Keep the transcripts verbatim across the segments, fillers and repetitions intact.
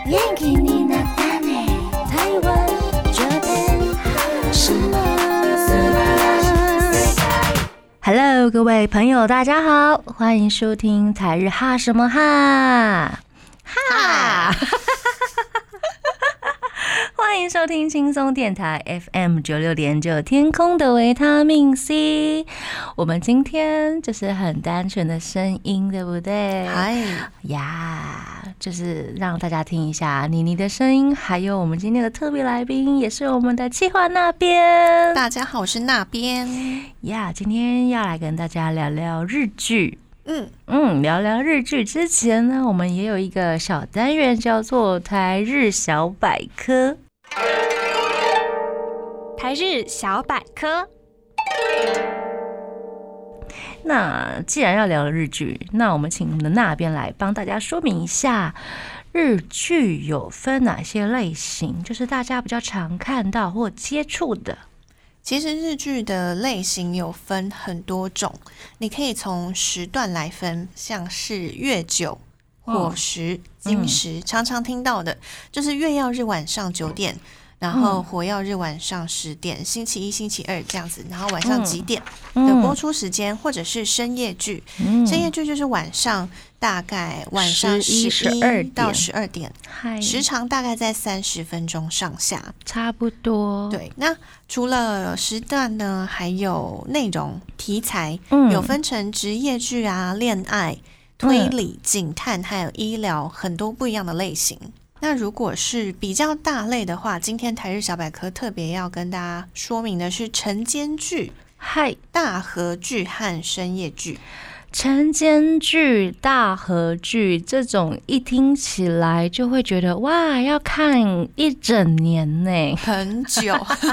元気になったね台湾这边什么 Hello， 各位朋友，大家好，欢迎收听台日哈什么哈哈，欢迎收听轻松电台 F M 九六点九天空的维他命 C。我们今天就是很单纯的声音，对不对？ 嗨呀，就是让大家听一下妮妮的声音，还有我们今天的特别来宾，也是我们的企划那边。 大家好，我是那边呀，今天要来跟大家聊聊日剧。 嗯嗯，聊聊日剧之前呢，我们也有一个小单元叫做台日小百科。 台日小百科。 那既然要聊日剧，那我们请我们的那边来帮大家说明一下，日剧有分哪些类型，就是大家比较常看到或接触的。 其实日剧的类型有分很多种，你可以从时段来分，像是月九、火石、金石，常常听到的就是月曜日晚上九点，然后火曜日晚上十点，星期一、星期二这样子，然后晚上几点的播出时间，或者是深夜剧。深夜剧就是晚上大概晚上十一到十二点，时长大概在三十分钟上下， 差不多。 对，那除了时段呢，还有内容题材，有分成职业剧啊、恋爱、推理、警探，还有医疗，很多不一样的类型。那如果是比较大类的话，今天台日小百科特别要跟大家说明的是晨间剧、 嗨大河剧和深夜剧。 晨间剧、大河剧这种一听起来就会觉得哇，要看一整年呢， 很久。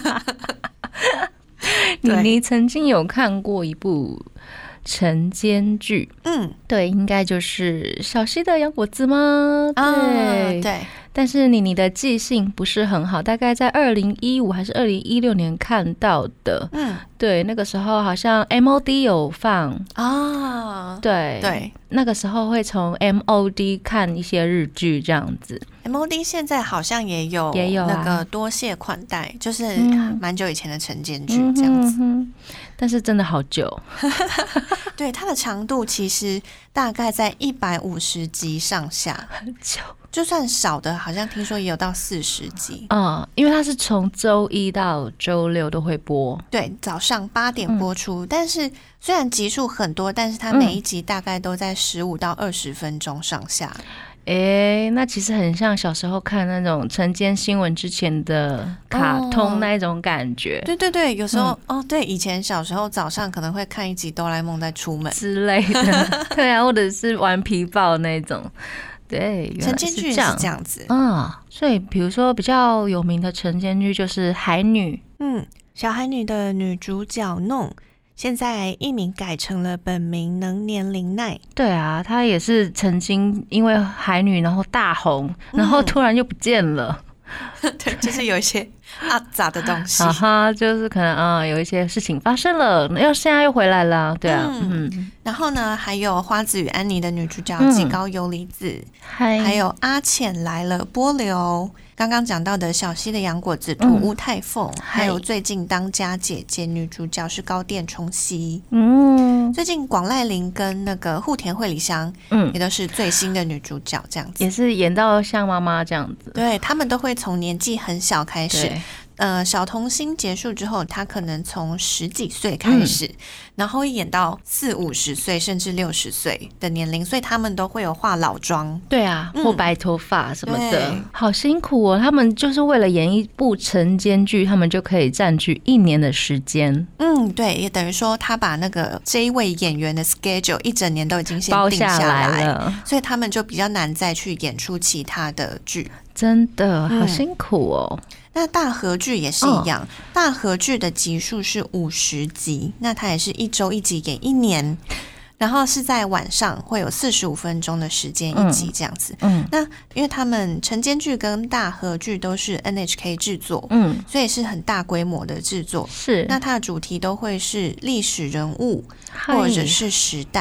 妮妮曾经有看过一部晨间剧，嗯，对，应该就是小溪的洋果子吗？对、 啊、对。 但是妮妮的记性不是很好，大概在二零一五还是二零一六年看到的。嗯，对，那个时候好像 M O D 有放啊，对对，那个时候会从 M O D 看一些日剧这样子。 M O D 现在好像也有也有那个多谢款待，就是蛮久以前的晨间剧这样子、嗯嗯， 但是真的好久。 对，它的长度其实大概在一百五十集上下， 很久。 就算少的，好像听说也有到四十集。 嗯，因为它是从周一到周六都会播， 对，早上八点播出、嗯。但是虽然集数很多，但是它每一集大概都在十五到二十分钟上下。 哎、欸，那其实很像小时候看那种晨间新闻之前的卡通那一种感觉。 哦、对对对，有时候、嗯、哦，对，以前小时候早上可能会看一集哆啦 A 梦再出门之类的，对啊，或者是顽皮豹那种。对， 晨间剧是这样子啊、嗯，所以比如说比较有名的晨间剧就是《海女》， 嗯，小海女的女主角弄现在艺名改成了本名能年玲奈。 对啊，她也是曾经因为海女然后大红，然后突然又不见了。 嗯、对，就是有一些阿杂的东西， 啊哈，就是可能啊、嗯、有一些事情发生了，又现在又回来了，对啊，嗯。 嗯，然后呢，还有花子与安妮的女主角吉高由里子、嗯，还有阿浅来了波流。刚刚讲到的小溪的洋果子、土屋太凤、嗯，还有最近当家姐姐女主角是高殿充希。嗯，最近广濑铃跟那个户田惠梨香，嗯，也都是最新的女主角，这样子也是演到像妈妈这样子。 对，他们都会从年纪很小开始。呃，小童星结束之后，他可能从十几岁开始、嗯，然后演到四五十岁甚至六十岁的年龄，所以他们都会有化老妆， 对啊，或白头发什么的、嗯，好辛苦哦。他们就是为了演一部晨间剧，他们就可以占据一年的时间。 嗯，对，也等于说他把那个这一位演员的 schedule 一整年都已经先定下来， 包下来了， 所以他们就比较难再去演出其他的剧。 真的好辛苦哦。嗯， 那大河剧也是一样，哦、大河剧的集数是五十集，那它也是一周一集演一年，然后是在晚上会有四十五分钟的时间一集这样子。嗯，嗯那因为他们晨间剧跟大河剧都是 N H K 制作，嗯，所以是很大规模的制作。 是， 那它的主题都会是历史人物或者是时代。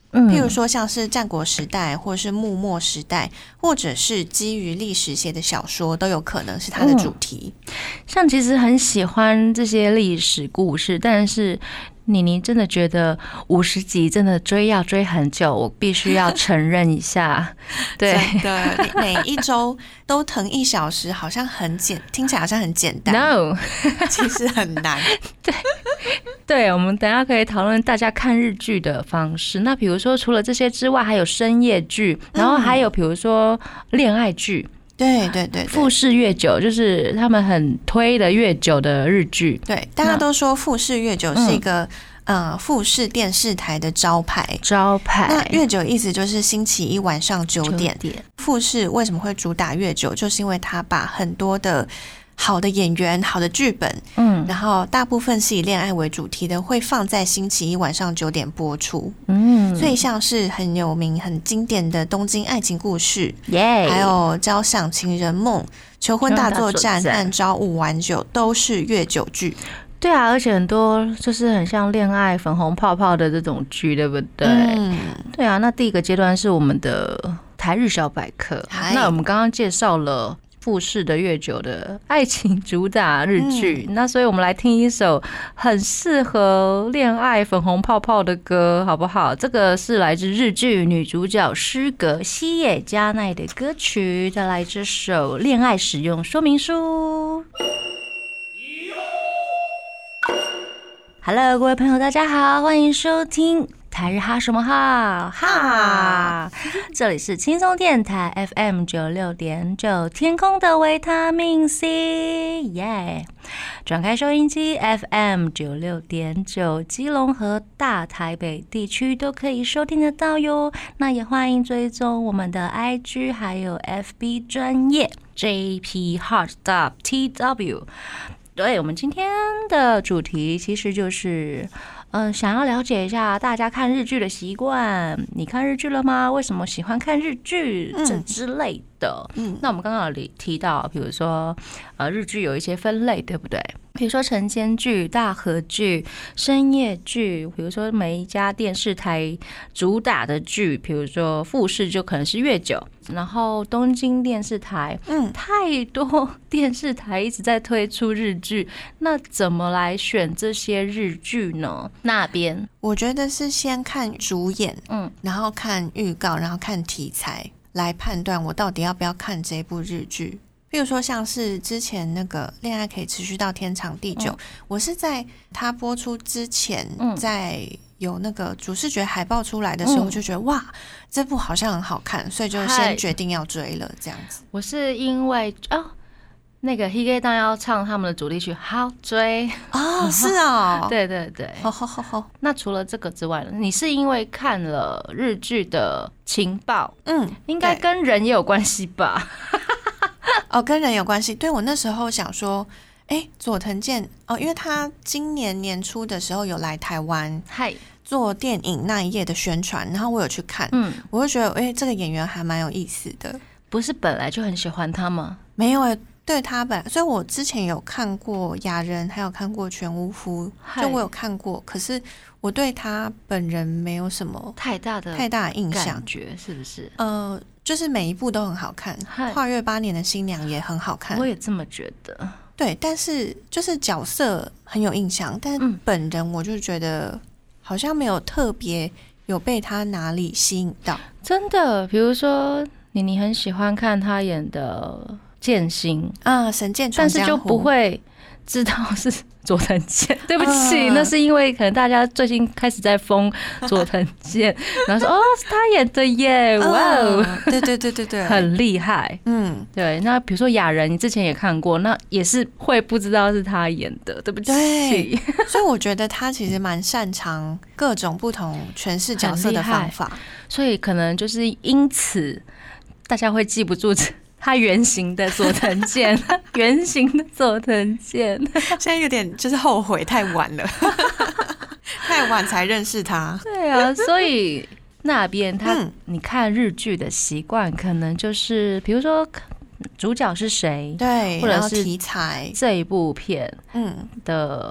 嗯、譬如说像是战国时代或者是幕末时代，或者是基于历史写的小说，都有可能是它的主题、 嗯、像其实很喜欢这些历史故事，但是妮妮真的觉得五十集真的追要追很久，我必须要承认一下。对， 真的，你每一周都腾一小时，好像很简，听起来好像很简单。 No， 其实很难。 对，对，我们等一下可以讨论大家看日剧的方式。那比如说，除了这些之外，还有深夜剧，然后还有比如说恋爱剧。 对对 对, 对， 富士月久就是他们很推的月久的日剧。 对，大家都说富士月久是一个、嗯、呃富士电视台的招牌。 招牌。 那月久意思就是星期一晚上九点。富士为什么会主打月久？就是因为他把很多的好的演员、好的剧本，嗯，然后大部分是以恋爱为主题的，会放在星期一晚上九点播出，嗯，所以像是很有名、很经典的《东京爱情故事》，yeah， 还有《交响情人梦》、《求婚大作战》和《朝五晚九》都是月久剧。 对啊，而且很多就是很像恋爱粉红泡泡的这种剧，对不对？嗯，对啊。那第一个阶段是我们的台日小百科，那我们刚刚介绍了富士的月久的爱情主打日剧、嗯、那所以我们来听一首很适合恋爱粉红泡泡的歌好不好？这个是来自日剧女主角失格西野加奈的歌曲，再来这首恋爱使用说明书。Hello， 各位朋友大家好，欢迎收听台日哈什么哈哈，这里是轻松电台 F M 九六点九，天空的维他命 C， 耶、yeah！ 转开收音机 F M 九六点九，基隆和大台北地区都可以收听得到哟。那也欢迎追踪我们的 I G 还有 F B 专页 J P Heart T W。对，我们今天的主题其实就是，嗯、呃，想要了解一下大家看日剧的习惯。你看日剧了吗？为什么喜欢看日剧？这之类的。嗯，那我们刚刚有提到，比如说，呃，日剧有一些分类，对不对？比如说晨间剧、大河剧、深夜剧，比如说每一家电视台主打的剧，比如说富士就可能是月久，然后东京电视台，嗯，太多电视台一直在推出日剧，那怎么来选这些日剧呢？那边我觉得是先看主演，嗯，然后看预告，然后看题材来判断我到底要不要看这部日剧。比如说像是之前那个恋爱可以持续到天长地久、嗯、我是在它播出之前、嗯、在有那个主视觉海报出来的时候、嗯、就觉得哇这部好像很好看，所以就先决定要追了这样子。 我是因为哦那个 Hige 要唱他们的主题曲好追哦，是哦对对对， 好好好好。 那除了这个之外呢，你是因为看了日剧的情报，嗯，应该跟人也有关系吧？ 哦，跟人有关系。对，我那时候想说，哎，佐藤健哦，因为他今年年初的时候有来台湾，嗨，做电影那一夜的宣传，然后我有去看，嗯，我就觉得，哎，这个演员还蛮有意思的。 不是本来就很喜欢他吗？ 没有诶，对他本来，所以我之前有看过雅人，还有看过全屋夫，就我有看过，可是我对他本人没有什么太大的太大的印象， 感觉是不是？ 呃。就是每一部都很好看，跨越八年的新娘也很好看， 我也这么觉得。 对，但是就是角色很有印象，但本人我就觉得好像没有特别有被他哪里吸引到。 真的，比如说你你很喜欢看他演的剑心啊，神剑闯江湖， 但是就不会知道是佐藤健，对不起、呃，那是因为可能大家最近开始在疯佐藤健，然后说哦是他演的耶，哇、呃、哦， 对对对对对， 很厉害，嗯，对。那比如说雅人，你之前也看过，那也是会不知道是他演的，对不起。 对，所以我觉得他其实蛮擅长各种不同诠释角色的方法， 所以可能就是因此大家会记不住他原型的佐藤健，原型的佐藤健， 现在有点就是后悔太晚了，太晚才认识他。 对啊，所以那边他、嗯、你看日剧的习惯，可能就是比如说主角是谁， 对， 或者是题材这一部片的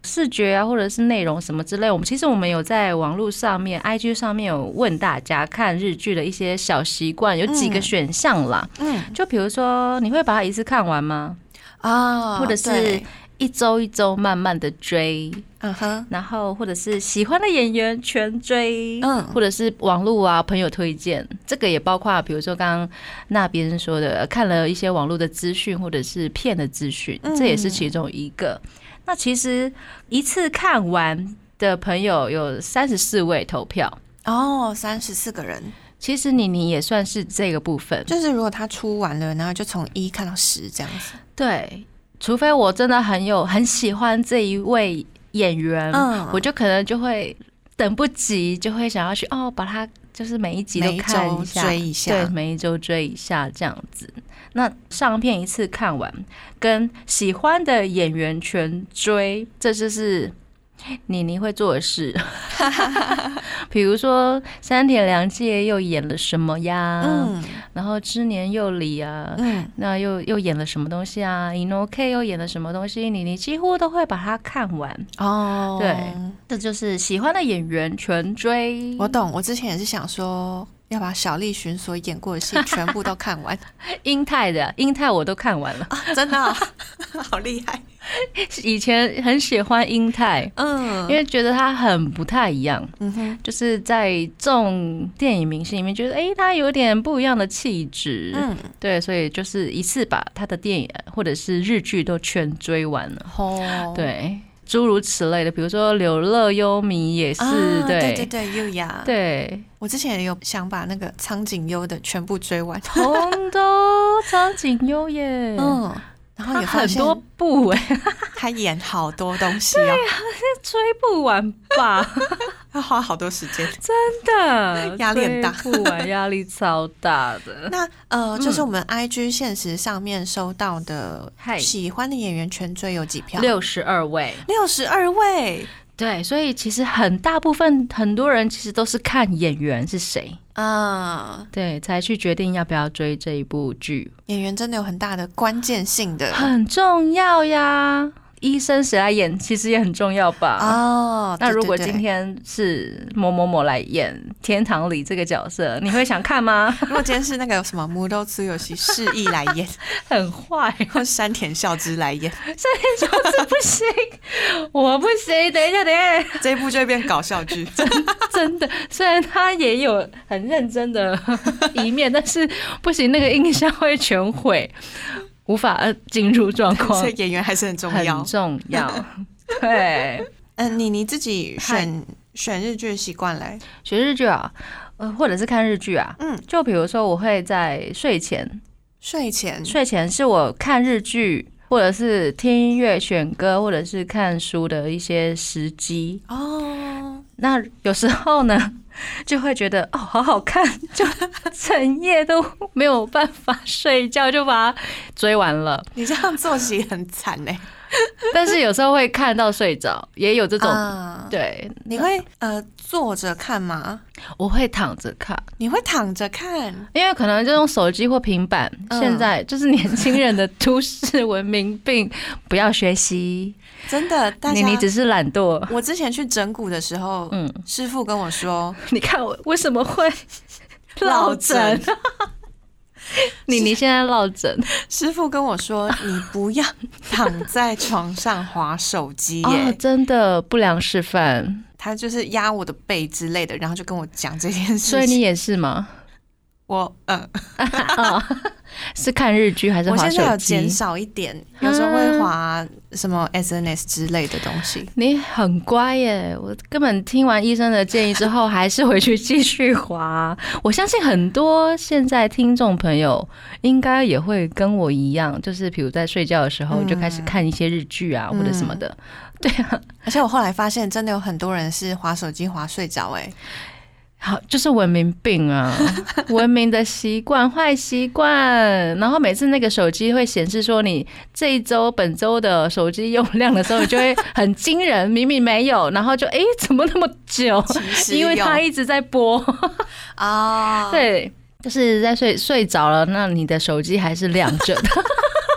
视觉啊，或者是内容什么之类，我们其实我们有在网络上面 I G 上面有问大家看日剧的一些小习惯，有几个选项啦。嗯，就比如说你会把它一次看完吗？啊，或者是一周一周慢慢的追，嗯哼，然后或者是喜欢的演员全追，嗯，或者是网络啊朋友推荐，这个也包括比如说刚刚那边说的，看了一些网络的资讯或者是片的资讯，这也是其中一个。那其实一次看完的朋友有三十四位投票哦，三十四个人。 其实你你也算是这个部分， 就是如果他出完了，然后就从一看到十这样子。 对。除非我真的很有很喜欢这一位演员，嗯，我就可能就会等不及，就会想要去哦，把他就是每一集都看一下， 追一下， 对，每一周追一下这样子。那上片一次看完，跟喜欢的演员全追，这就是妮妮会做的事。比如说山田凉介又演了什么呀？嗯，然后知年佑里啊，嗯，那又又演了什么东西啊 ？Inoke 又演了什么东西？妮妮几乎都会把它看完哦。对，这就是喜欢的演员全追。 我懂，我之前也是想说要把小栗旬所演过的戏全部都看完。 英泰的英泰我都看完了， 啊、真的、哦、好厉害。 以前很喜欢英泰，嗯，因为觉得他很不太一样，嗯哼，就是在众电影明星里面觉得，哎、欸，他有点不一样的气质，嗯，对，所以就是一次把他的电影或者是日剧都全追完了，哦，对，诸如此类的，比如说柳乐优弥也是，啊、对对对对，优雅， 对， 我之前也有想把那个苍井优的全部追完， 红豆苍井优耶，嗯。 然后也发现很多部哎、欸， 他演好多东西哦， 对啊，追不完吧？ 要花好多时间， 真的压力很大， 追不完，压力超大的。 那呃，就是我们 I G 现实上面收到的喜欢的演员全追有几票？ 六十二位， 六十二位。 对，所以其实很大部分很多人其实都是看演员是谁啊，对，才去决定要不要追这一部剧。 演员真的有很大的关键性的， 很重要呀。医生谁来演其实也很重要吧？哦，那如果今天是某某某来演天堂里这个角色，你会想看吗？ 如果今天是那个什么木头つよし示意来演， 很坏， 或山田孝之来演，山田孝之不行，我不行，等一下，等一下， 这一部就会变搞笑剧， 真真的。虽然他也有很认真的一面，但是不行，那个印象会全毁。无法进入状况， 所以演员还是很重要， 很重要。对， 嗯，你你自己选选日剧的习惯嘞？ 选日剧啊，呃，或者是看日剧啊，嗯，就比如说我会在睡前， 睡前， 睡前是我看日剧，或者是听音乐、选歌，或者是看书的一些时机哦。那有时候呢？就会觉得哦，好好看，就整夜都没有办法睡觉，就把它追完了。 你这样作息很惨哎， 但是有时候会看到睡着，也有这种。啊、对， 你会呃坐着看吗？ 我会躺着看。 你会躺着看？ 因为可能就用手机或平板。嗯、现在就是年轻人的都市文明病，不要学习。 真的，大家你你只是懒惰。 我之前去整骨的时候，嗯，师傅跟我说， 你看我为什么会落枕？你你现在落枕， 师傅跟我说，你不要躺在床上滑手机耶、 哦，真的不良示范。 他就是压我的背之类的，然后就跟我讲这件事情。 所以你也是吗？ 我嗯、 哦，是看日剧还是滑手机？ 我现在有减少一点，有时候会滑什么 S N S 之类的东西。 你很乖耶，我根本听完医生的建议之后，还是回去继续滑。我相信很多现在听众朋友应该也会跟我一样，就是比如在睡觉的时候就开始看一些日剧啊、嗯、或者什么的。对啊， 而且我后来发现，真的有很多人是滑手机滑睡着哎。 好，就是文明病啊，文明的习惯，坏习惯。然后每次那个手机会显示说你这一周、本周的手机用量的时候，你就会很惊人，明明没有，然后就哎、欸，怎么那么久？因为它一直在播啊。对，就是在睡睡着了，那你的手机还是亮着的。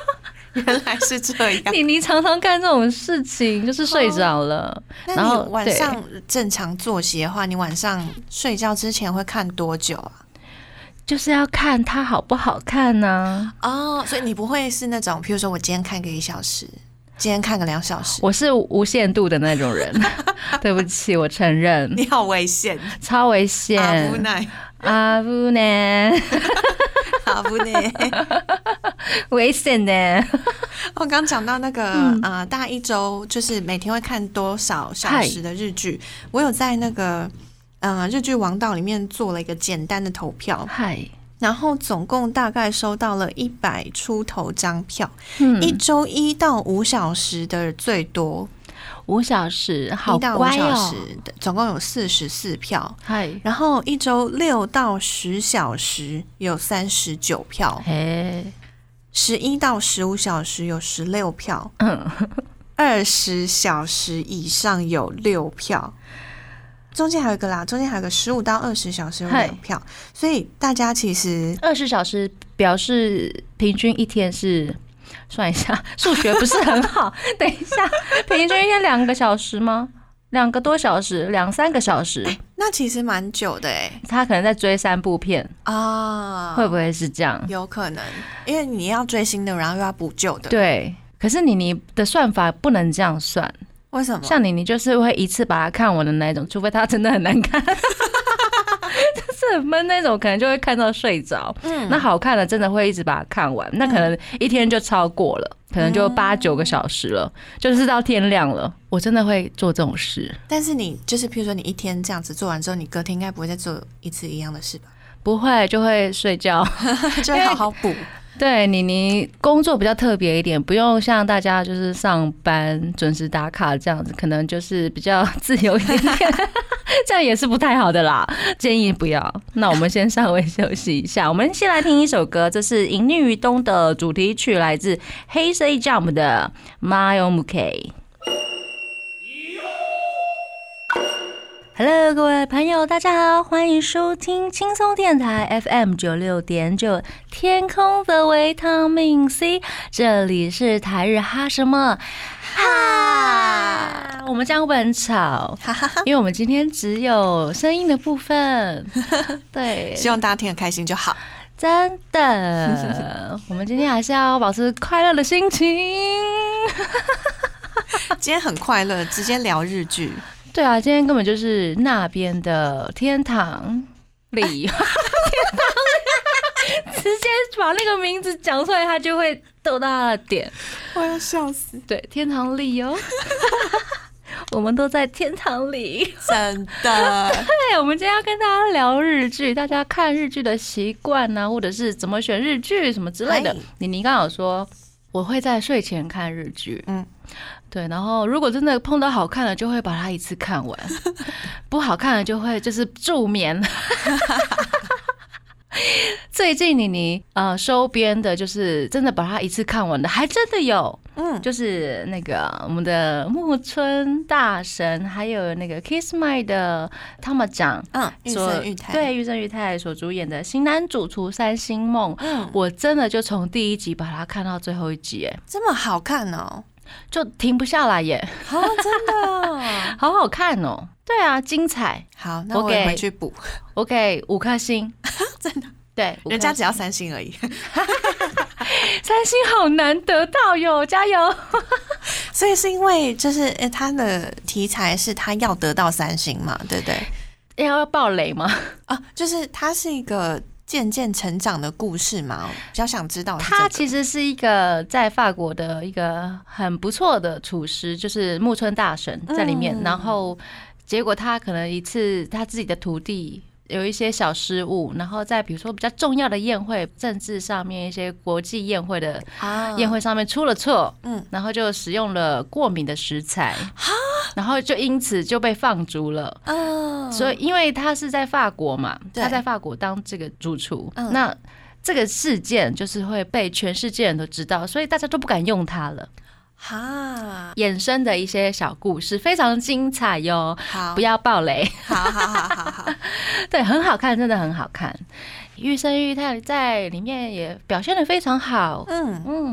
原来是这样。 妮妮常常干这种事情，就是睡着了。哦、 然后晚上正常作息的话，你晚上睡觉之前会看多久啊？ 就是要看它好不好看呢、 啊？哦，所以你不会是那种，譬如说我今天看个一小时，今天看个两小时， 我是无限度的那种人。对不起，我承认。 你好危险， 超危险。 阿布奈， 阿布奈， 阿布奈， 危险呢。 我刚讲到那个、嗯、呃，大概一周就是每天会看多少小时的日剧，我有在那个。呃，日剧王道里面做了一个简单的投票， 嗨， 然后总共大概收到了一百出头张票，嗯，一周一到五小时的最多， 五小时，好乖哦， 一到五小时的总共有四十四票， 嗨， 然后一周六到十小时有三十九票， 嘿， 十一到十五小时有十六票，嗯，二十小时以上有六票。中间还有一个啦，中间还有个十五到二十小时有两票，所以大家其实二十小时表示平均一天是，算一下，数学不是很好，等一下，平均一天两个小时吗？两个多小时，两三个小时， 欸、那其实蛮久的哎、欸。 他可能在追三部片啊，会不会是这样？ 有可能，因为你要追新的，然后又要补旧的。 对，可是你你的算法不能这样算。 为什么？ 像你，你就是会一次把它看完的那种，除非它真的很难看，就是很闷那种，可能就会看到睡着。嗯，那好看的真的会一直把它看完，那可能一天就超过了，可能就八九个小时了，就是到天亮了。我真的会做这种事。 但是你就是，譬如说你一天这样子做完之后，你隔天应该不会再做一次一样的事吧？ 不会，就会睡觉， 就会好好补。 对，你你工作比较特别一点，不用像大家就是上班准时打卡这样子，可能就是比较自由一点点，这样也是不太好的啦，建议不要。那我们先稍微休息一下，我们先来听一首歌，这是《隐匿于冬》的主题曲，来自 Heisei Jump 的 Mayomuke。Hello， 各位朋友，大家好，欢迎收听轻松电台 F M 九六点九，天空的维他命 C， 这里是台日哈什么哈，我们这样会不会很吵？因为我们今天只有声音的部分，对， 希望大家听得开心就好。 真的，我们今天还是要保持快乐的心情。 今天很快乐，直接聊日剧。 对啊，今天根本就是那边的天堂里，天堂里，直接把那个名字讲出来，他就会得到他的点。 我要笑死！ 对，天堂里哦，我们都在天堂里， 真的。 对，我们今天要跟大家聊日剧，大家看日剧的习惯啊，或者是怎么选日剧什么之类的。你你刚好说我会在睡前看日剧，嗯。对，然后如果真的碰到好看的，就会把它一次看完；不好看的就会就是助眠。最近妮妮呃收编的，就是真的把它一次看完的，还真的有，嗯，就是那个我们的木村大神，还有那个 Kiss My 的他们讲， 嗯，玉生玉太， 对，玉生玉太所主演的新男主厨三星梦，嗯，我真的就从第一集把它看到最后一集，哎， 这么好看哦。 就停不下来耶！ 哦，真的， 好好看哦。对啊，精彩。 好，那我也回去补。 我给五颗星， 真的。 对， 人家只要三星而已。 三星好难得到哟，加油！ 所以是因为就是他的题材是他要得到三星嘛，对不对？ 要爆雷吗？ 啊，就是他是一个渐渐成长的故事嘛，比较想知道、這個。 他其实是一个在法国的一个很不错的厨师，就是木村大神在里面。嗯、然后结果他可能一次他自己的徒弟有一些小失误，然后在比如说比较重要的宴会、政治上面一些国际宴会的宴会上面出了错，嗯，然后就使用了过敏的食材，然后就因此就被放逐了。嗯，所以因为他是在法国嘛，他在法国当这个主厨，嗯、那这个事件就是会被全世界人都知道，所以大家都不敢用它了。哈，衍生的一些小故事非常精彩哟，好，不要爆雷。 好好好好好， 对，很好看，真的很好看。玉生玉太在里面也表现得非常好，嗯嗯，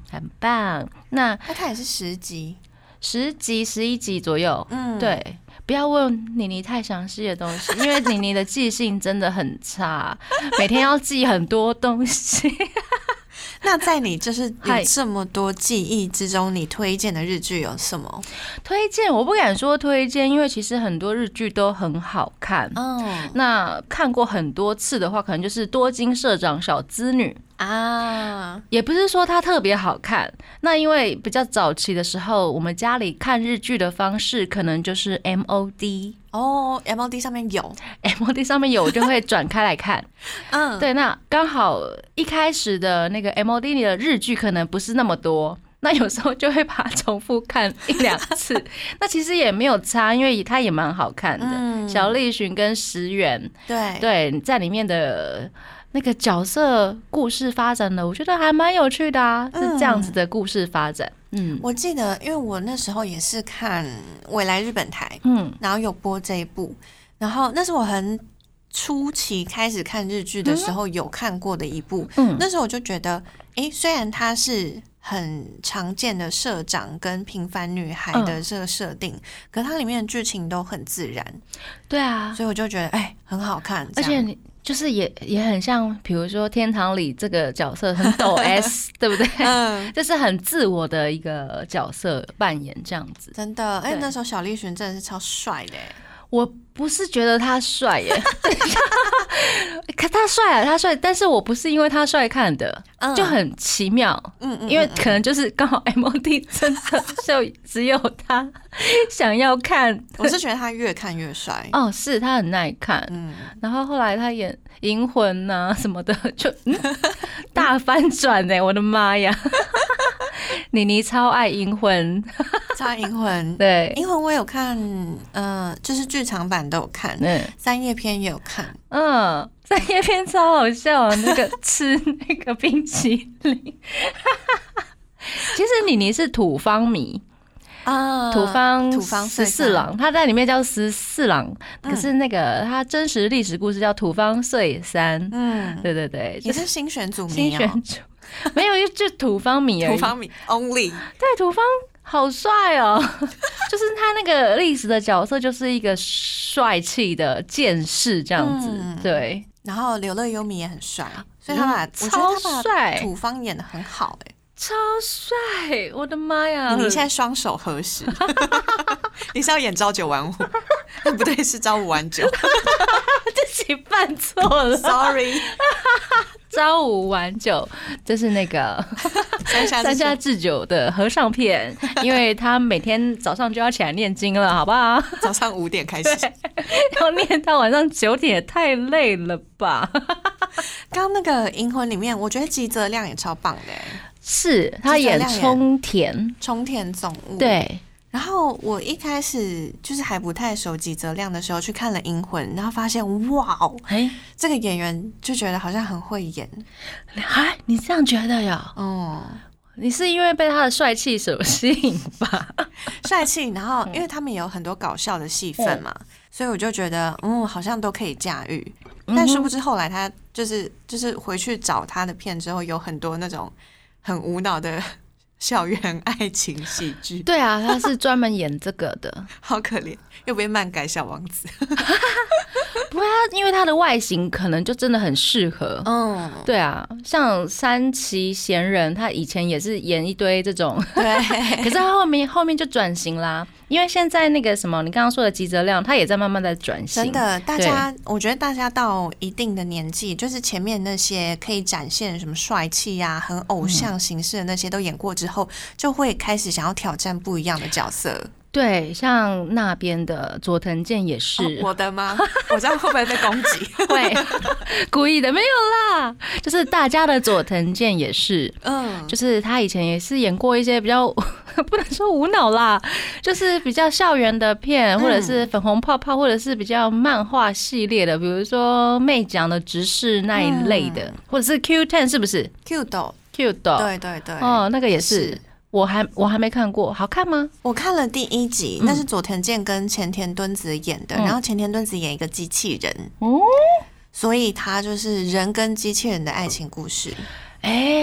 很棒。那那它也是十集， 十集十一集左右。嗯，对，不要问妮妮太详细的东西，因为妮妮的记性真的很差，每天要记很多东西。 那在你就是有这么多记忆之中，你推荐的日剧有什么？ 推荐我不敢说推荐，因为其实很多日剧都很好看。嗯，那看过很多次的话，可能就是多金社长小资女啊，也不是说它特别好看。那因为比较早期的时候，我们家里看日剧的方式可能就是 M O D。 哦 ，M O D 上面有 ，M O D 上面有，我就会转开来看。嗯，对，那刚好一开始的那个 M O D 里的日剧可能不是那么多，那有时候就会把它重复看一两次。那其实也没有差，因为它也蛮好看的。嗯、小栗旬跟石原， 对对，在里面的那个角色故事发展的，我觉得还蛮有趣的啊，是这样子的故事发展。 嗯，我记得，因为我那时候也是看未来日本台，嗯，然后有播这一部，然后那是我很初期开始看日剧的时候有看过的一部，嗯，那时候我就觉得，哎、欸，虽然它是很常见的社长跟平凡女孩的这个设定，嗯、可它里面的剧情都很自然， 对啊， 所以我就觉得，哎、欸，很好看， 而且你。就是也也很像，比如说天堂里这个角色很抖 S， 对不对？嗯，就是很自我的一个角色扮演这样子。 真的，哎、欸，那时候小栗旬真的是超帅的。 我不是觉得他帅耶，可他帅啊，他帅，但是我不是因为他帅看的，嗯、就很奇妙。嗯嗯，因为可能就是刚好 M O D 真的就只有他想要看。 我是觉得他越看越帅。 哦，是他很耐看。嗯，然后后来他演《银魂》呐什么的，就、嗯、大翻转哎，我的妈呀！妮妮超爱《银魂》， 超爱《银魂》。 对， 《银魂》我有看，呃，就是剧场版都有看，嗯，三叶篇也有看， 嗯，三叶篇超好笑啊，那个吃那个冰淇淋。其实妮妮是土方迷啊，土方土方十四郎，他在里面叫十四郎，可是那个他真实历史故事叫土方岁三。嗯，对对对， 也是新选组迷、哦， 新选组。没有，就土方迷而已。 土方迷 only。 对，土方好帅哦，就是他那个历史的角色，就是一个帅气的剑士这样子。嗯、对， 然后柳乐优弥也很帅，所以他把、嗯、 超帅， 土方演得很好哎、欸。 超帅！我的妈呀！ 你现在双手合十，你是要演朝九晚五？不对，是朝五晚九。 自己犯错了 ，sorry。 朝五晚九，这是那个三下三下智久的和尚片，因为他每天早上就要起来念经了，好不好？ 早上五点开始， 要念到晚上九点，也太累了吧？ 刚刚那个《银魂》里面，我觉得吉泽亮也超棒的。 是他演冲田， 冲田总务。 对， 然后我一开始就是还不太熟吉泽亮的时候，去看了《银魂》，然后发现哇哦，哎，这个演员就觉得好像很会演。 啊，你这样觉得呀？哦、嗯，你是因为被他的帅气所吸引吧？ 帅气，然后因为他们也有很多搞笑的戏份嘛，嗯、所以我就觉得嗯，好像都可以驾驭。但殊不知后来他就是就是回去找他的片之后，有很多那种很无脑的校园爱情喜剧。 对啊，他是专门演这个的。 好可怜，又被漫改小王子。 不过他因为他的外形可能就真的很适合。嗯，对啊，像山崎贤人，他以前也是演一堆这种， 对， 可是他后面后面就转型啦。因为现在那个什么，你刚刚说的吉泽亮，他也在慢慢在转型。 真的，大家，我觉得大家到一定的年纪，就是前面那些可以展现什么帅气啊、很偶像形式的那些都演过之后，嗯、就会开始想要挑战不一样的角色。 对，像那边的佐藤健也是。 哦、我的吗？我这样会不会被攻击？ 会，故意的，没有啦。就是大家的佐藤健也是，嗯，就是他以前也是演过一些比较不能说无脑啦，就是比较校园的片，或者是粉红泡泡，或者是比较漫画系列的，比如说妹讲的直视那一类的，嗯、或者是 Q 十 是不是 ？Q 斗 Q 斗， 对对对， 哦，那个也是。是我还我还没看过，好看吗？ 我看了第一集，嗯、那是佐藤健跟前田敦子演的，嗯、然后前田敦子演一个机器人，哦，所以他就是人跟机器人的爱情故事。 哎、欸，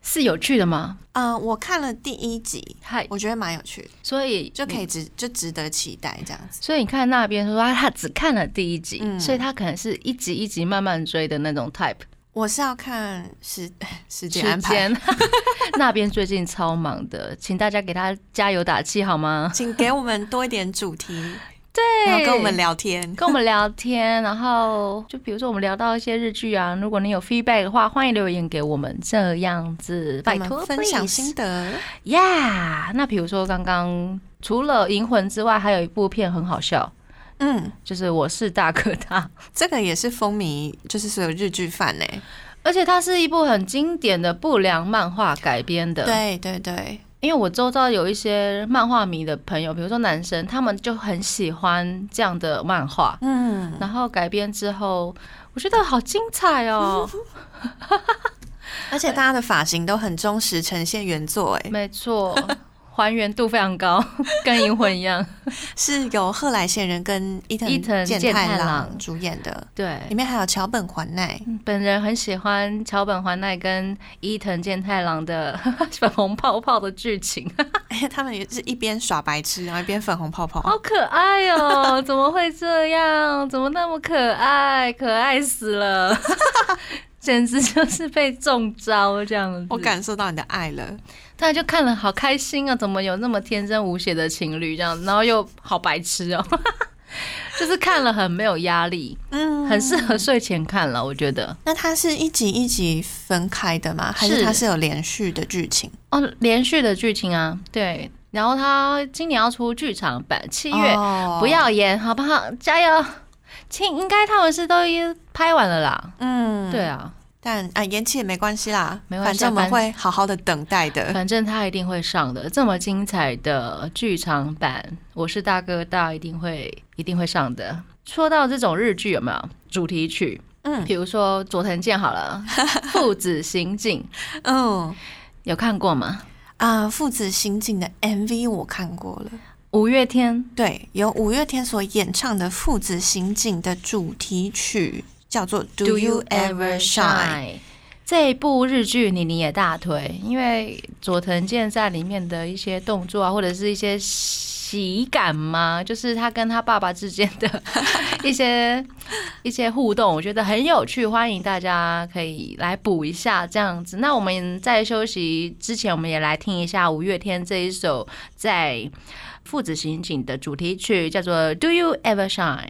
是有趣的吗？ 嗯、呃，我看了第一集，我觉得蛮有趣的， 所以就可以值就值得期待这样子。 所以你看那边说他他只看了第一集、嗯，所以他可能是一集一集慢慢追的那种 type。 我是要看时时间安排， 那边最近超忙的，请大家给他加油打气好吗？ 请给我们多一点主题。 对， 然后跟我们聊天， 跟我们聊天，然后就比如说我们聊到一些日剧啊，如果你有 feedback 的话，欢迎留言给我们，这样子，拜托分享心得。 呀、yeah, 那比如说刚刚除了《银魂》之外，还有一部片很好笑，嗯，就是《我是大哥大》， 这个也是风靡，就是所有日剧fan呢。 而且它是一部很经典的不良漫画改编的， 对对对。 因为我周遭有一些漫画迷的朋友，比如说男生，他们就很喜欢这样的漫画，嗯，然后改编之后，我觉得好精彩哦， 而且大家的发型都很忠实呈现原作，哎， 没错。还原度非常高，跟银魂一样， 是由贺来贤人跟伊藤健太郎主演的， 对， 里面还有桥本环奈。 本人很喜欢桥本环奈跟伊藤健太郎的粉红泡泡的剧情， 他们也是一边耍白痴，然后一边粉红泡泡， 好可爱哦！怎么会这样？怎么那么可爱？可爱死了！简直就是被中招这样子， 我感受到你的爱了。 大家就看了好开心啊！怎么有那么天真无邪的情侣这样，然后又好白痴哦，就是看了很没有压力，嗯，很适合睡前看了，我觉得。 那它是一集一集分开的吗？还是它是有连续的剧情？ 哦，连续的剧情啊，对。然后它今年要出剧场版，七月、哦、不要演好不好？加油！应该他们是都拍完了啦，嗯，对啊。 但啊，延期也没关系啦，没关系，反正我们会好好的等待的。 反正他一定会上的，这么精彩的剧场版，我是大哥大一定会一定会上的。说到这种日剧有没有主题曲？嗯，比如说佐藤健好了，父子行进，嗯，有看过吗？ 啊，父子行进的 M V 我看过了。 五月天， 对，由五月天所演唱的父子行进的主题曲。叫做 Do You Ever Shine？ 这一部日剧妮妮也大推，因为佐藤健在里面的一些动作啊，或者是一些喜感嘛，就是他跟他爸爸之间的一些一些互动，我觉得很有趣，欢迎大家可以来补一下这样子。那我们在休息之前，我们也来听一下五月天这一首在父子行进的主题曲，叫做 Do You Ever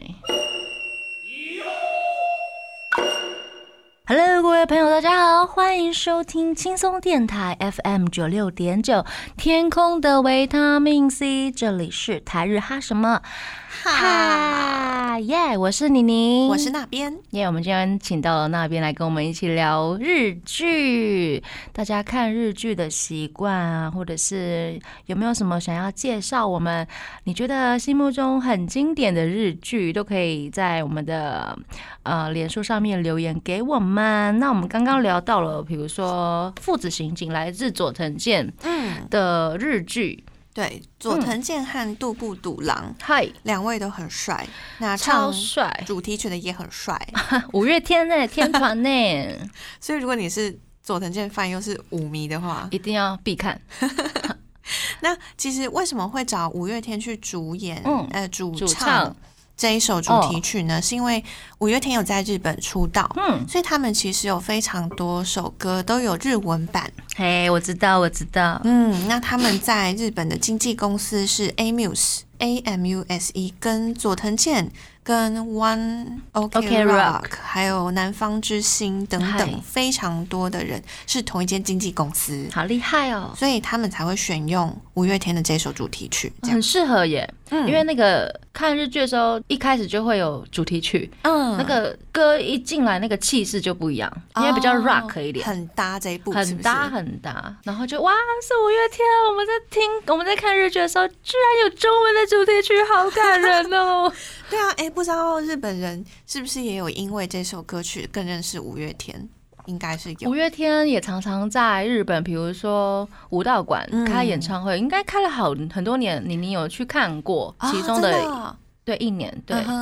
Shine。Hello， 各位朋友，大家好，欢迎收听轻松电台 F M 九六点九，天空的维他命 C， 这里是台日哈什么哈耶， yeah, 我是妮妮， 我是那边耶。Yeah, 我们今天请到了那边来跟我们一起聊日剧，大家看日剧的习惯啊，或者是有没有什么想要介绍我们你觉得心目中很经典的日剧，都可以在我们的呃脸书上面留言给我们。那我们刚刚聊到了，比如说父子行进来自佐藤健的日剧。嗯， 对，佐藤健和渡部笃郎， 嗨、嗯， 两位都很帅，那超帅， 主题曲的也很帅， 五月天呢，天团呢， 所以如果你是佐藤健fan又是舞迷的话， 一定要必看。 那其实为什么会找五月天去主演，嗯、呃，主唱？主唱这一首主题曲呢， oh. 是因为五月天有在日本出道，嗯，所以他们其实有非常多首歌都有日文版。 嘿、hey, 我知道，我知道。 嗯，那他们在日本的经纪公司是 A Muse A M U S E， 跟佐藤健、跟 One OK, OK Rock, Rock， 还有南方之星等等非常多的人是同一间经纪公司， 好厉害哦！ 所以他们才会选用五月天的这首主题曲， 很适合耶。嗯，因为那个看日剧的时候，一开始就会有主题曲，嗯，那个歌一进来，那个气势就不一样，因为比较 rock 一点， 哦、很搭这一部， 很搭很搭。然后就哇，是五月天！我们在听，我们在看日剧的时候，居然有中文的主题曲，好感人哦！ 对啊，哎，不知道日本人是不是也有因为这首歌曲更认识五月天？应该是有。 五月天也常常在日本，比如说武道馆开演唱会，嗯、应该开了好很多年。你你有去看过其中的？哦、对，一年对。Uh-huh.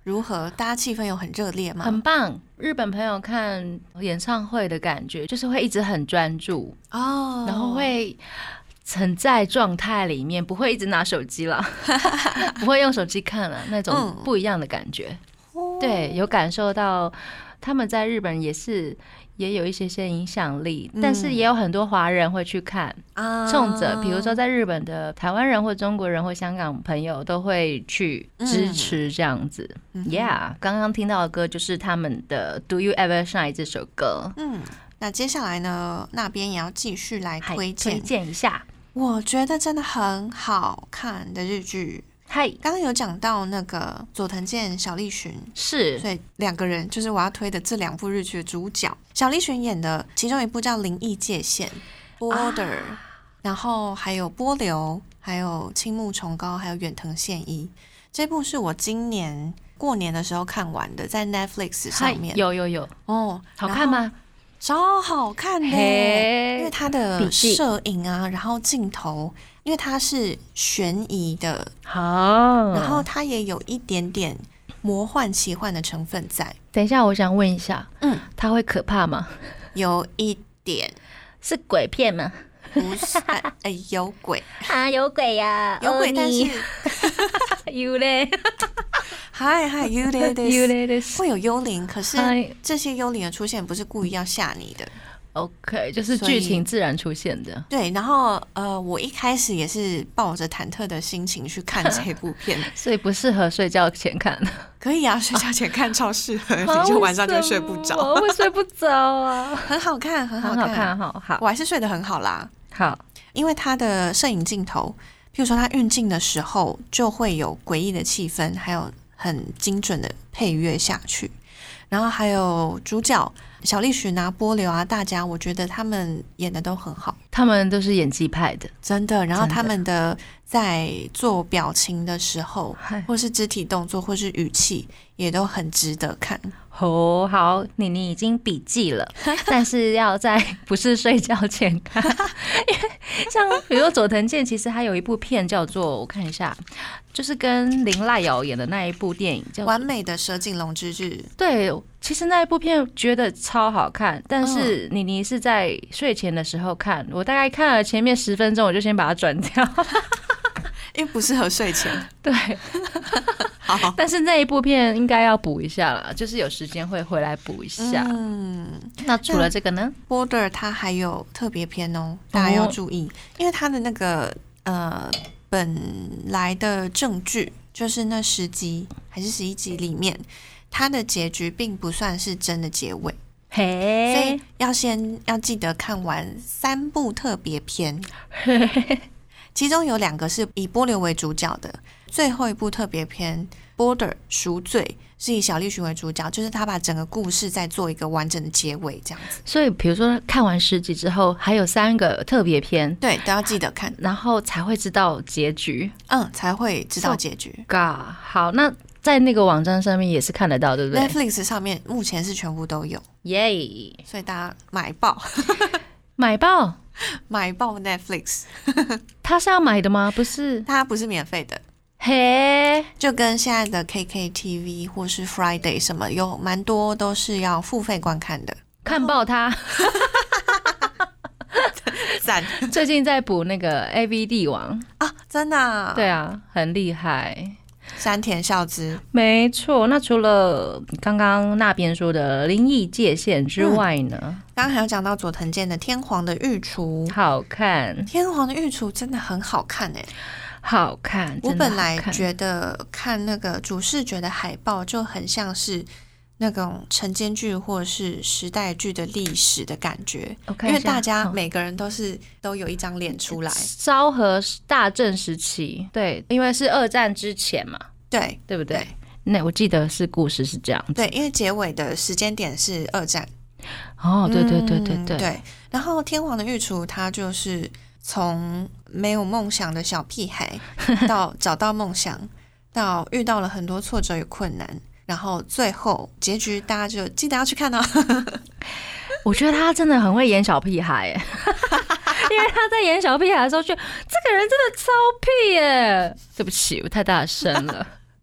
如何？大家气氛有很热烈吗？ 很棒。日本朋友看演唱会的感觉，就是会一直很专注哦，然后会很在状态里面，不会一直拿手机了，不会用手机看了，那种不一样的感觉。嗯、对，有感受到他们在日本也是。也有一些些影响力，但是也有很多华人会去看，冲着比如说在日本的台湾人或中国人或香港朋友都会去支持这样子。嗯、Yeah， 刚刚听到的歌就是他们的《Do You Ever Shine》这首歌。 嗯，那接下来呢，那边也要继续来推荐推荐一下， 我觉得真的很好看的日剧。 嗨， 刚刚有讲到那个佐藤健、小栗旬， 是， 所以两个人就是我要推的这两部日剧的主角。小栗旬演的其中一部叫《灵异界限》 （Border），、啊、然后还有《波流》，还有《青木崇高》，还有《远藤宪一》。这部是我今年过年的时候看完的，在 Netflix 上面。 有有有哦，好看吗？ 超好看的，因为它的摄影啊，然后镜头。因为它是悬疑的，好，然后它也有一点点魔幻奇幻的成分在。 等一下，我想问一下，嗯，它会可怕吗？ 有一点， 是鬼片吗？ 不是，哎、欸，有鬼啊，有鬼呀、啊， 有鬼，但是有嘞， 嗨嗨，有嘞的，有嘞的，会有幽灵，可是这些幽灵的出现不是故意要吓你的。 OK， 就是剧情自然出现的。 对，然后呃，我一开始也是抱着忐忑的心情去看这部片， 所以不适合睡觉前看。 可以啊，睡觉前看超适合，你就晚上就睡不着， 我会睡不着啊。 很好看，很好看， 很好看，好好， 我还是睡得很好啦。 好， 因为它的摄影镜头，譬如说它运镜的时候，就会有诡异的气氛，还有很精准的配乐下去，然后还有主角。小栗旬啊、波流啊，大家我觉得他们演的都很好， 他们都是演技派的， 真的。然后他们的在做表情的时候，或是肢体动作，或是语气，也都很值得看。 哦，好，妮妮已经笔记了，但是要在不是睡觉前看，因为像比如说佐藤健，其实他有一部片叫做我看一下，就是跟林濑遥演的那一部电影叫《 完美的蛇颈龙之日》。 对，其实那一部片觉得超好看，但是妮妮是在睡前的时候看，我大概看了前面十分钟，我就先把它转掉。 因为不适合睡前， 对，好，但是那一部片应该要补一下啦，就是有时间会回来补一下。嗯，那除了这个呢 ，Border 它还有特别篇哦，大家要注意，因为它的那个呃本来的正剧就是那十集还是十一集里面，它的结局并不算是真的结尾。 嘿， 所以要先要记得看完三部特别篇。其中有两个是以波流为主角的，最后一部特别篇 Border 赎罪是以小栗旬为主角，就是他把整个故事再做一个完整的结尾这样子。 所以比如说看完十集之后还有三个特别篇， 对，都要记得看， 然后才会知道结局。 嗯，才会知道结局。 So God， 好，那在那个网站上面也是看得到，对不对？ Netflix 上面目前是全部都有， 耶、 yeah ！所以大家买爆买爆买爆 Netflix 它是要买的吗？不是， 它不是免费的。 嘿， 就跟现在的 K K T V 或是 Friday 什么有蛮多都是要付费观看的。 看爆它赞最近在补那个 A V 帝王啊，真的、啊？ 对啊，很厉害。 山田孝之， 没错。那除了刚刚那边说的灵异界限之外呢？嗯、 刚刚还有讲到佐藤健的《天皇的御厨》， 好看，《 天皇的御厨》真的很好看哎、欸， 好看。 我本来觉得看那个主视觉的海报就很像是那种晨间剧或者是时代剧的历史的感觉，因为大家每个人都是、嗯、都有一张脸出来。 昭和大正时期，对，因为是二战之前嘛， 对， 对不对？ 对， 那我记得是故事是这样子， 对，因为结尾的时间点是二战。 哦，对对对对对、 嗯、对。然后天皇的御厨，他就是从没有梦想的小屁孩到找到梦想，到遇到了很多挫折与困难。然后最后结局大家就记得要去看哦。 我觉得他真的很会演小屁孩耶因为他在演小屁孩的时候就这个人真的超屁耶，对不起我太大声了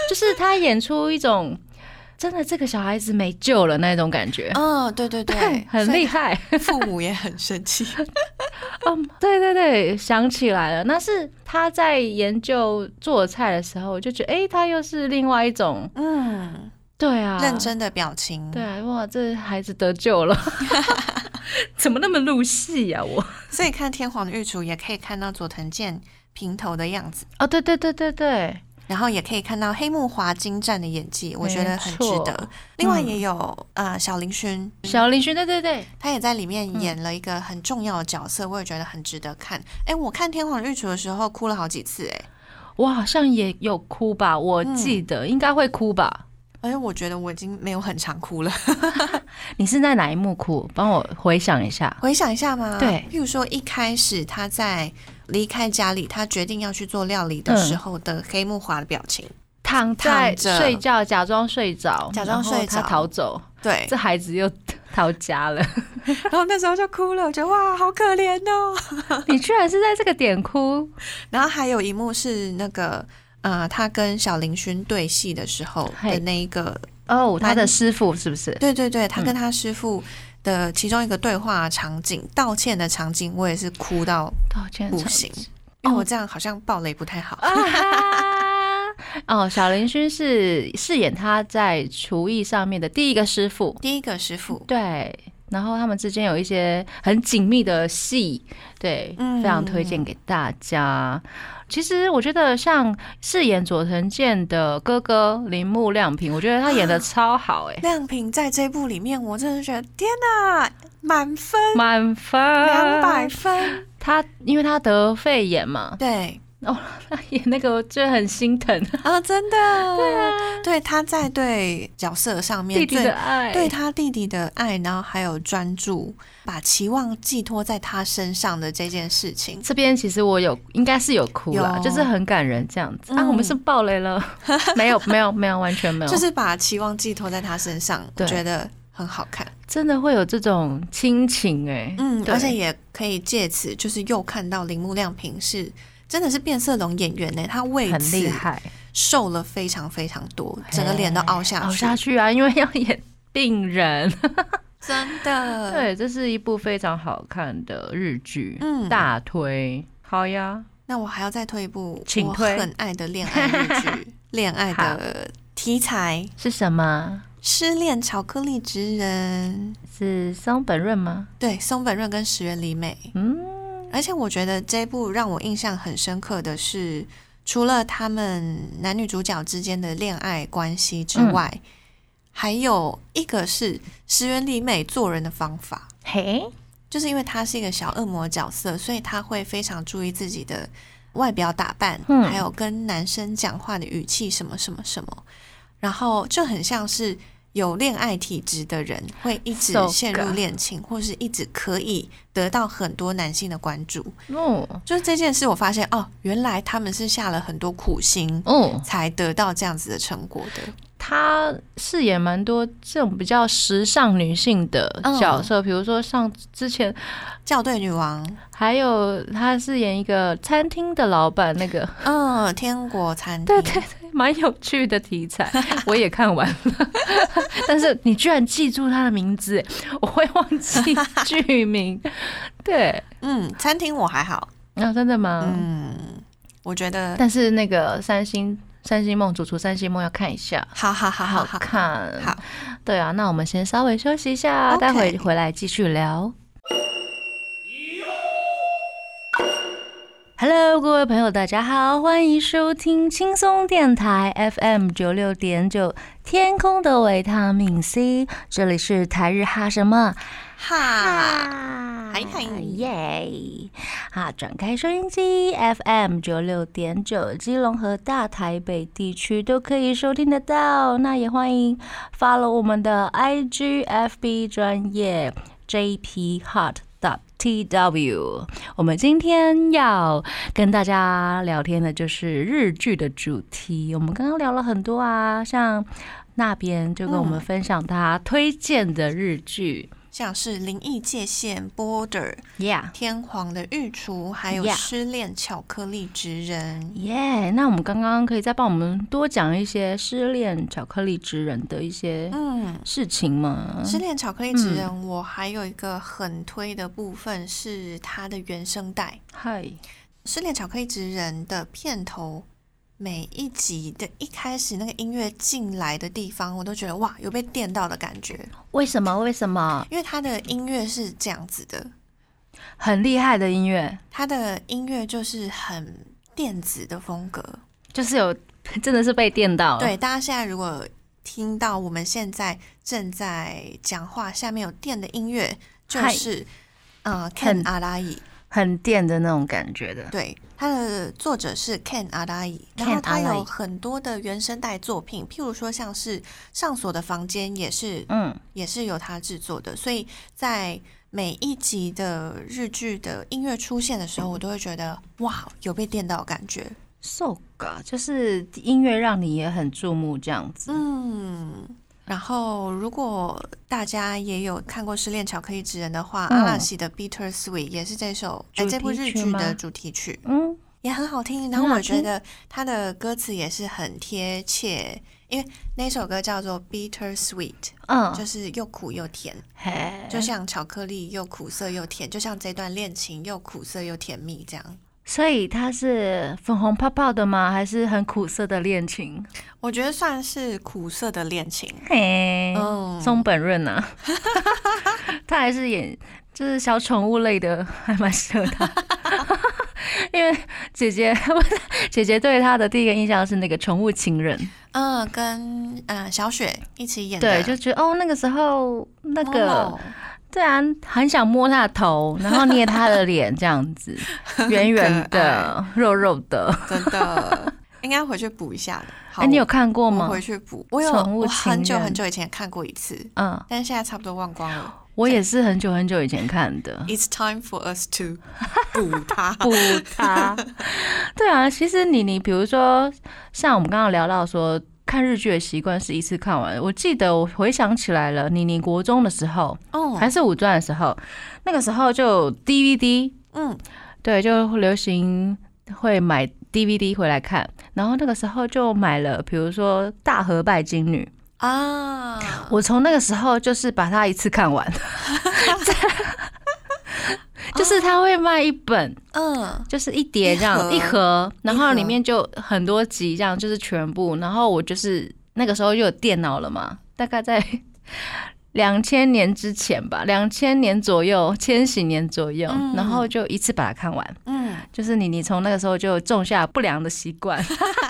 就是他演出一种真的这个小孩子没救了那种感觉。 嗯、哦，对对 对, 对，很厉害， 父母也很生气。 嗯，对对对，想起来了，那是他在研究做菜的时候，我就觉得，哎、欸，他又是另外一种，嗯，对啊， 认真的表情。 对啊，哇，这孩子得救了。怎么那么入戏啊我？ 所以看天皇御厨也可以看到佐藤健平头的样子。 哦，对对对对对。 然后也可以看到黑木华精湛的演技，我觉得很值得。另外也有、嗯、呃小林薰， 小林薰，对对对， 他也在里面演了一个很重要的角色，嗯、我也觉得很值得看。哎，我看天皇御厨的时候哭了好几次，哎， 我好像也有哭吧，我记得、嗯、应该会哭吧。 哎，我觉得我已经没有很常哭了。 你是在哪一幕哭？帮我回想一下。 回想一下吗？ 对， 譬如说一开始他在离开家里，他决定要去做料理的时候的黑木华的表情，嗯、 躺在睡觉，假装睡着， 假装睡着， 他逃走。 对， 这孩子又逃家了。 然后那时候就哭了，我觉得哇，好可怜哦。 你居然是在这个点哭。 然后还有一幕是那个。呃，他跟小林薰对戏的时候的那一个哦，他的师傅是不是？ 对对对，他跟他师傅的其中一个对话场景、嗯、道歉的场景，我也是哭到不行，因为我这样好像爆雷不太好。 哦，小林薰是饰演他在厨艺上面的第一个师傅， 第一个师傅， 对。然后他们之间有一些很紧密的戏，对，嗯、非常推荐给大家。其实我觉得像饰演佐藤健的哥哥铃木亮平，我觉得他演的超好哎、欸。 亮平在这部里面，我真的觉得天哪，满分， 满分， 两百分。 他因为他得肺炎嘛， 对。 哦，他演那个我觉得很心疼啊，真的，对啊，对，他在对角色上面弟弟的爱， 对他弟弟的爱，然后还有专注，把期望寄托在他身上的这件事情， 这边其实我有应该是有哭了，就是很感人这样子、嗯、啊。我们是爆雷了？没有，没有，没有，完全没有， 就是把期望寄托在他身上，我觉得很好看， 真的会有这种亲情哎、欸， 嗯，而且也可以借此就是又看到铃木亮平是。真的是变色龙演员呢，他为此瘦了非常非常多，整个脸都凹下去， 凹下去啊！因为要演病人， 真的。 对，这是一部非常好看的日剧，嗯，大推。好呀， 那我还要再推一部请推我很爱的恋爱日剧，恋爱的题材是什么？ 失恋巧克力职人是松本润吗？ 对，松本润跟石原里美，嗯。而且我觉得这部让我印象很深刻的是，除了他们男女主角之间的恋爱关系之外、嗯、还有一个是石原里美做人的方法。 嘿， 就是因为她是一个小恶魔角色，所以她会非常注意自己的外表打扮、嗯、还有跟男生讲话的语气什么什么什么，然后就很像是有恋爱体质的人会一直陷入恋情，或是一直可以得到很多男性的关注。哦，就是这件事我发现哦，原来他们是下了很多苦心，哦，才得到这样子的成果的。 他饰演蛮多这种比较时尚女性的角色，比、嗯、如说像之前校对女王， 还有他饰演一个餐厅的老板，那个嗯，天国餐厅， 对对对，蛮有趣的题材，我也看完了。但是你居然记住他的名字，我会忘记剧名。对， 嗯，餐厅我还好。 啊、哦，真的吗？ 嗯，我觉得， 但是那个三星。三星梦主厨三星梦要看一下， 好好好好好看， 好， 对啊，那我们先稍微休息一下， okay. 待会回来继续聊。Hello， 各位朋友，大家好，欢迎收听轻松电台 F M 九六点九，天空的维他命 C， 这里是台日哈什么哈，嗨嗨耶！啊，转开收音机 F M 九六点九，基隆和大台北地区都可以收听得到。那也欢迎 follow 我们的 I G F B 专页 J P Hot T W。 我们今天要跟大家聊天的就是日剧的主题。我们刚刚聊了很多啊，像那边就跟我们分享他推荐的日剧、嗯、 像是灵异界限 Border、 yeah. 天皇的御厨，还有失恋巧克力职人。 耶、yeah. 那我们刚刚可以再帮我们多讲一些失恋巧克力职人的一些事情吗？ 嗯、失恋巧克力职人、嗯、我还有一个很推的部分是它的原声带。 嗨， 失恋巧克力职人的片头每一集的一开始那个音乐进来的地方，我都觉得哇，有被电到的感觉。 为什么？为什么？ 因为它的音乐是这样子的， 很厉害的音乐。 它的音乐就是很电子的风格， 就是有真的是被电到了。 对，大家现在如果听到我们现在正在讲话，下面有电的音乐，就是呃 Ken Arai。 很电的那种感觉的。 对，他的作者是 Ken Arai， 然后他有很多的原声带作品，譬如说像是上锁的房间也是，嗯，也是由他制作的。所以在每一集的日剧的音乐出现的时候，我都会觉得哇，有被电到的感觉。 So ga， 就是音乐让你也很注目这样子。 嗯。然后，如果大家也有看过《失恋巧克力职人》的话，嗯、阿拉西的《Bitter Sweet》也是这首哎这部日剧的主题曲，嗯，也很好听。然后我觉得它的歌词也是很贴切，因为那首歌叫做《Bitter Sweet》，嗯，就是又苦又甜，就像巧克力又苦涩又甜，就像这段恋情又苦涩又甜蜜这样。 所以它是粉红泡泡的吗？还是很苦涩的恋情？ 我觉得算是苦涩的恋情。 嘿，嗯，松本润啊，他还是演就是小宠物类的，还蛮适合他。因为姐姐姐姐对他的第一个印象是那个宠物情人， 嗯，跟呃小雪一起演的， 对，就觉得哦那个时候那个。Oh.对啊，很想摸他的头，然后捏他的脸，这样子，圆圆的、肉肉的， 真的应该回去补一下的。 哎、欸，你有看过吗？ 我回去补，我有，我很久很久以前看过一次，嗯，但是现在差不多忘光了。 我也是很久很久以前看的。 It's time for us to 补它， 补它。对啊，其实你你比如说，像我们刚刚聊到说。看日剧的习惯是一次看完。我记得我回想起来了，你你国中的时候，哦，还是五专的时候，那个时候就有 D V D， 嗯，对，就流行会买 D V D 回来看，然后那个时候就买了，比如说《大和拜金女》啊，我从那个时候就是把它一次看完。就是他会卖一本，嗯，就是一叠这样一盒，然后里面就很多集这样，就是全部。然后我就是那个时候就有电脑了嘛，大概在两千年之前吧，两千年左右，千禧年左右，嗯、然后就一次把它看完。嗯，就是你你从那个时候就种下不良的习惯。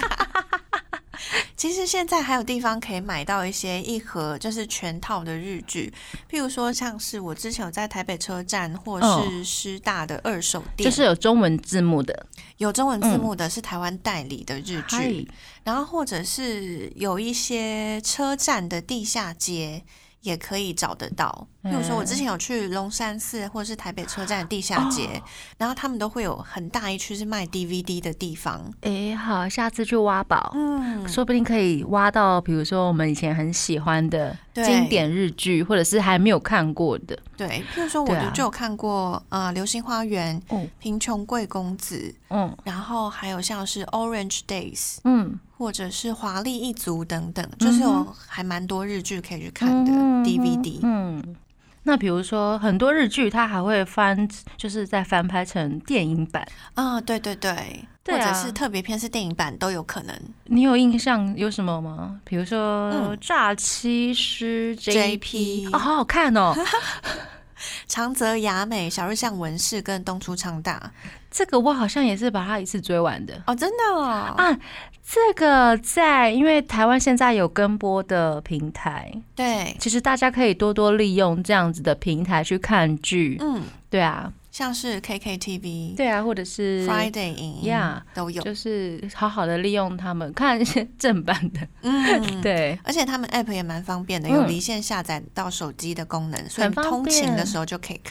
其实现在还有地方可以买到一些一盒就是全套的日剧，譬如说像是我之前有在台北车站或是师大的二手店， 就是有中文字幕的， 有中文字幕的是台湾代理的日剧，嗯、然后或者是有一些车站的地下街。也可以找得到，比如说我之前有去龙山寺或者是台北车站的地下街，哦、然后他们都会有很大一区是卖 D V D 的地方。 哎、欸，好，下次去挖宝，嗯，说不定可以挖到，比如说我们以前很喜欢的经典日剧，或者是还没有看过的。 对，譬如说我就有看过、啊、呃《流星花园》、嗯《贫穷贵公子》，嗯，然后还有像是 Orange Days， 嗯。或者是华丽一族等等，就是有还蛮多日剧可以去看的 D V D。嗯，嗯那比如说很多日剧它还会翻，就是再翻拍成电影版啊、哦，对对对，对啊、或者是特别篇是电影版都有可能。 你有印象有什么吗？比如说《诈欺师 J P》哦，好好看哦。 长泽雅美、小日向文世跟东出昌大， 这个我好像也是把它一次追完的哦，真的哦啊。这个在因为台湾现在有跟播的平台， 对， 其实大家可以多多利用这样子的平台去看剧，嗯，对啊， 像是 K K T V， 对啊，或者是 Friday 影音 yeah, 都有， 就是好好的利用他们看一些正版的，嗯，对， 而且他们 App 也蛮方便的，有离线下载到手机的功能，嗯、所以通勤的时候就可以看。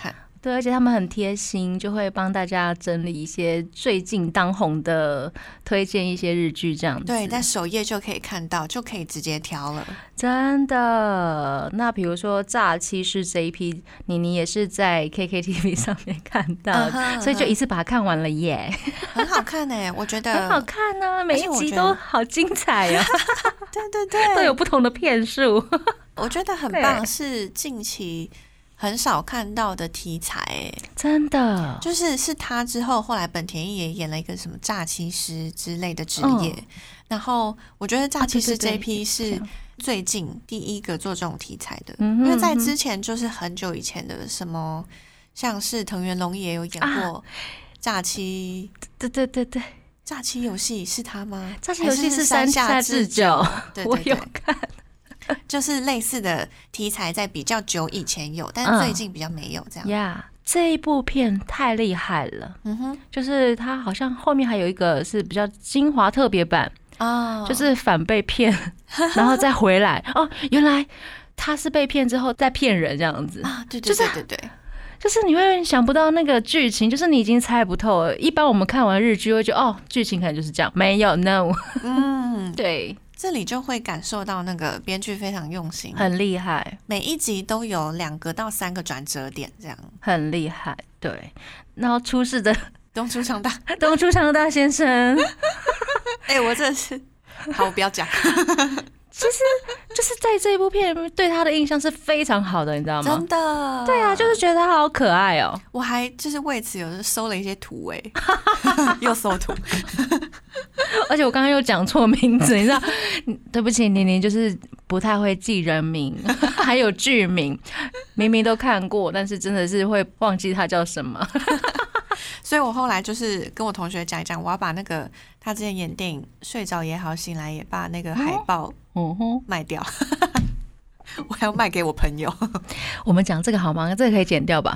对，而且他们很贴心，就会帮大家整理一些最近当红的，推荐一些日剧这样子。 对，在首页就可以看到，就可以直接挑了。 真的。那比如说诈欺师这一批，妮妮也是在 K K T V 上面看到的， uh-huh, uh-huh. 所以就一次把它看完了耶。 很好看哎、欸，我觉得很好看啊，每一集都好精彩啊。 对对对， 都有不同的骗术。 我觉得很棒，是近期很少看到的题材、欸， 真的， 就是是他之后，后来本田翼也演了一个什么诈欺师之类的职业、嗯，然后我觉得诈欺师这一批是最近第一个做这种题材的， 嗯、 因为在之前就是很久以前的什么，像是藤原龙也有演过诈欺、 啊，对对对对， 诈欺游戏是他吗？ 诈欺游戏是山下智久， 对对对， 我有看。 就是类似的题材在比较久以前有，但是最近比较没有这样。 呀、嗯 yeah, 这一部片太厉害了， 嗯哼， 就是它好像后面还有一个是比较精华特别版哦， 就是反被骗，然后再回来哦，原来他是被骗之后再骗人这样子啊，对对对对对。 就是就是你会想不到那个剧情，就是你已经猜不透了。一般我们看完日剧会觉得哦，剧情可能就是这样，没有 ，no， 嗯， 对， 这里就会感受到那个编剧非常用心， 很厉害， 每一集都有两个到三个转折点，这样很厉害。对，然后出事的东出昌大， 东出昌大先生， 哎、欸，我真的是，好，我不要讲。 其实就是在这一部片对他的印象是非常好的，你知道吗？ 真的， 对啊，就是觉得他好可爱哦、喔。 我还就是为此有搜了一些图、欸，哎，又搜图， 而且我刚刚又讲错名字，你知道？对不起，妮妮就是不太会记人名，还有剧名，明明都看过，但是真的是会忘记他叫什么。 所以我后来就是跟我同学讲一讲，我要把那个他之前演电影《睡着也好，醒来也罢》那个海报卖掉，我要卖给我朋友。 我们讲这个好吗？这个可以剪掉吧？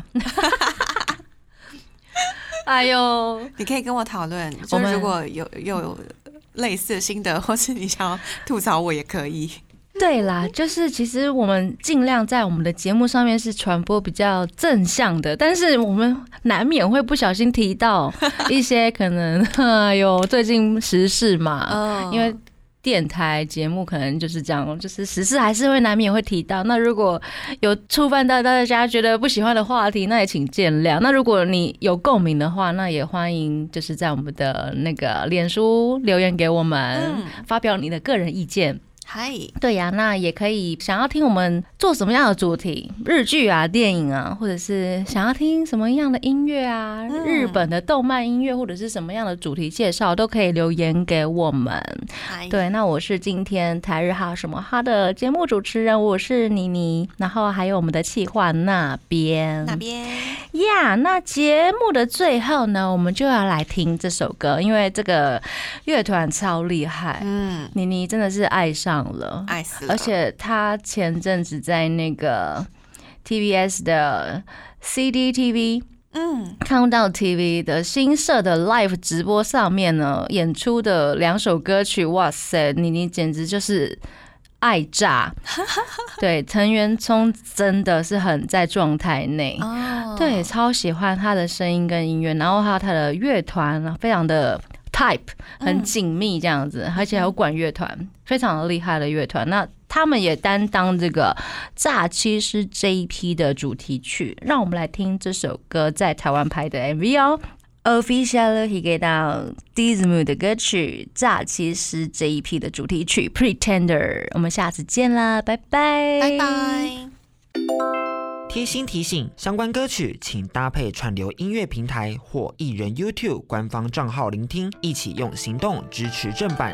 哎呦， 你可以跟我讨论，就是如果有有类似的心得，或是你想要吐槽我也可以。 对啦，就是其实我们尽量在我们的节目上面是传播比较正向的，但是我们难免会不小心提到一些可能哎呦最近时事嘛，嗯，因为电台节目可能就是这样，就是时事还是会难免会提到。那如果有触犯到大家觉得不喜欢的话题，那也请见谅。那如果你有共鸣的话，那也欢迎就是在我们的那个脸书留言给我们，嗯，发表你的个人意见。 嗨， 对呀、啊，那也可以想要听我们做什么样的主题，日剧啊、电影啊，或者是想要听什么样的音乐啊、嗯，日本的动漫音乐或者是什么样的主题介绍，都可以留言给我们。对，那我是今天台日哈什么哈的节目主持人，我是妮妮，然后还有我们的企划那边那边呀。Yeah, 那节目的最后呢，我们就要来听这首歌，因为这个乐团超厉害，嗯，妮妮真的是爱上。 爱死了， 而且他前阵子在那个 T V S 的 C D T V， 嗯 ，Countdown T V 的新设的 Live 直播上面呢，演出的两首歌曲，哇塞，妮妮简直就是爱炸！对，藤原聪真的是很在状态内，哦，对，超喜欢他的声音跟音乐，然后还有他的乐团，非常的。type 很紧密这样子，嗯，而且还有管乐团，非常的厉害的乐团。那他们也担当这个诈欺师这一批的主题曲，让我们来听这首歌在台湾拍的 M V 哦。Official 提给到 Disney 的歌曲《诈欺师》这一批的主题曲 Pretender， 我们下次见啦，拜拜， 拜拜。 贴心提醒：相关歌曲请搭配串流音乐平台或艺人 YouTube 官方账号聆听，一起用行动支持正版。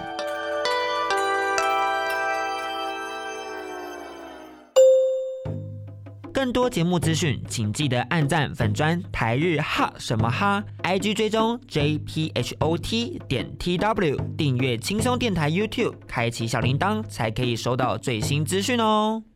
更多节目资讯，请记得按赞粉专台日哈什么哈 ，I G 追踪 J P H O T 点 T W， 订阅轻松电台 YouTube， 开启小铃铛才可以收到最新资讯哦。